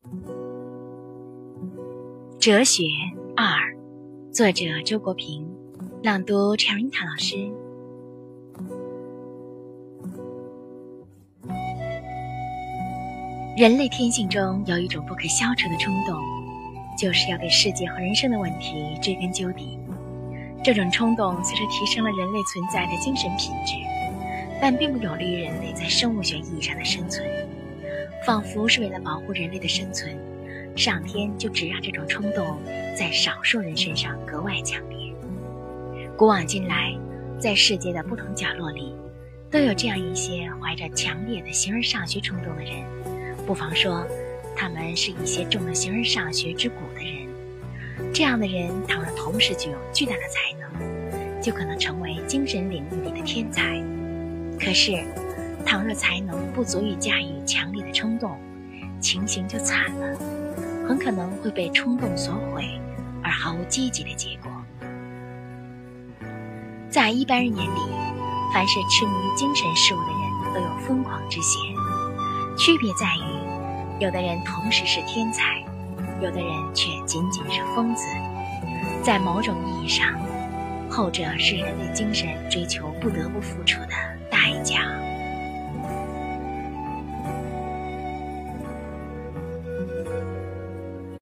哲学2，作者周国平，朗读 Cherita 老师。人类天性中有一种不可消除的冲动，就是要对世界和人生的问题追根究底。这种冲动虽是提升了人类存在的精神品质，但并不有利于人类在生物学意义上的生存，仿佛是为了保护人类的生存，上天就只让这种冲动在少数人身上格外强烈。古往今来，在世界的不同角落里，都有这样一些怀着强烈的形而上学冲动的人，不妨说他们是一些中了形而上学之蛊的人。这样的人倘若同时具有巨大的才能，就可能成为精神领域里的天才。可是倘若才能不足以驾驭强烈的冲动，情形就惨了，很可能会被冲动所毁，而毫无积极的结果。在一般人眼里，凡是痴迷于精神事物的人都有疯狂之嫌，区别在于有的人同时是天才，有的人却仅仅是疯子。在某种意义上，后者是人类精神追求不得不付出的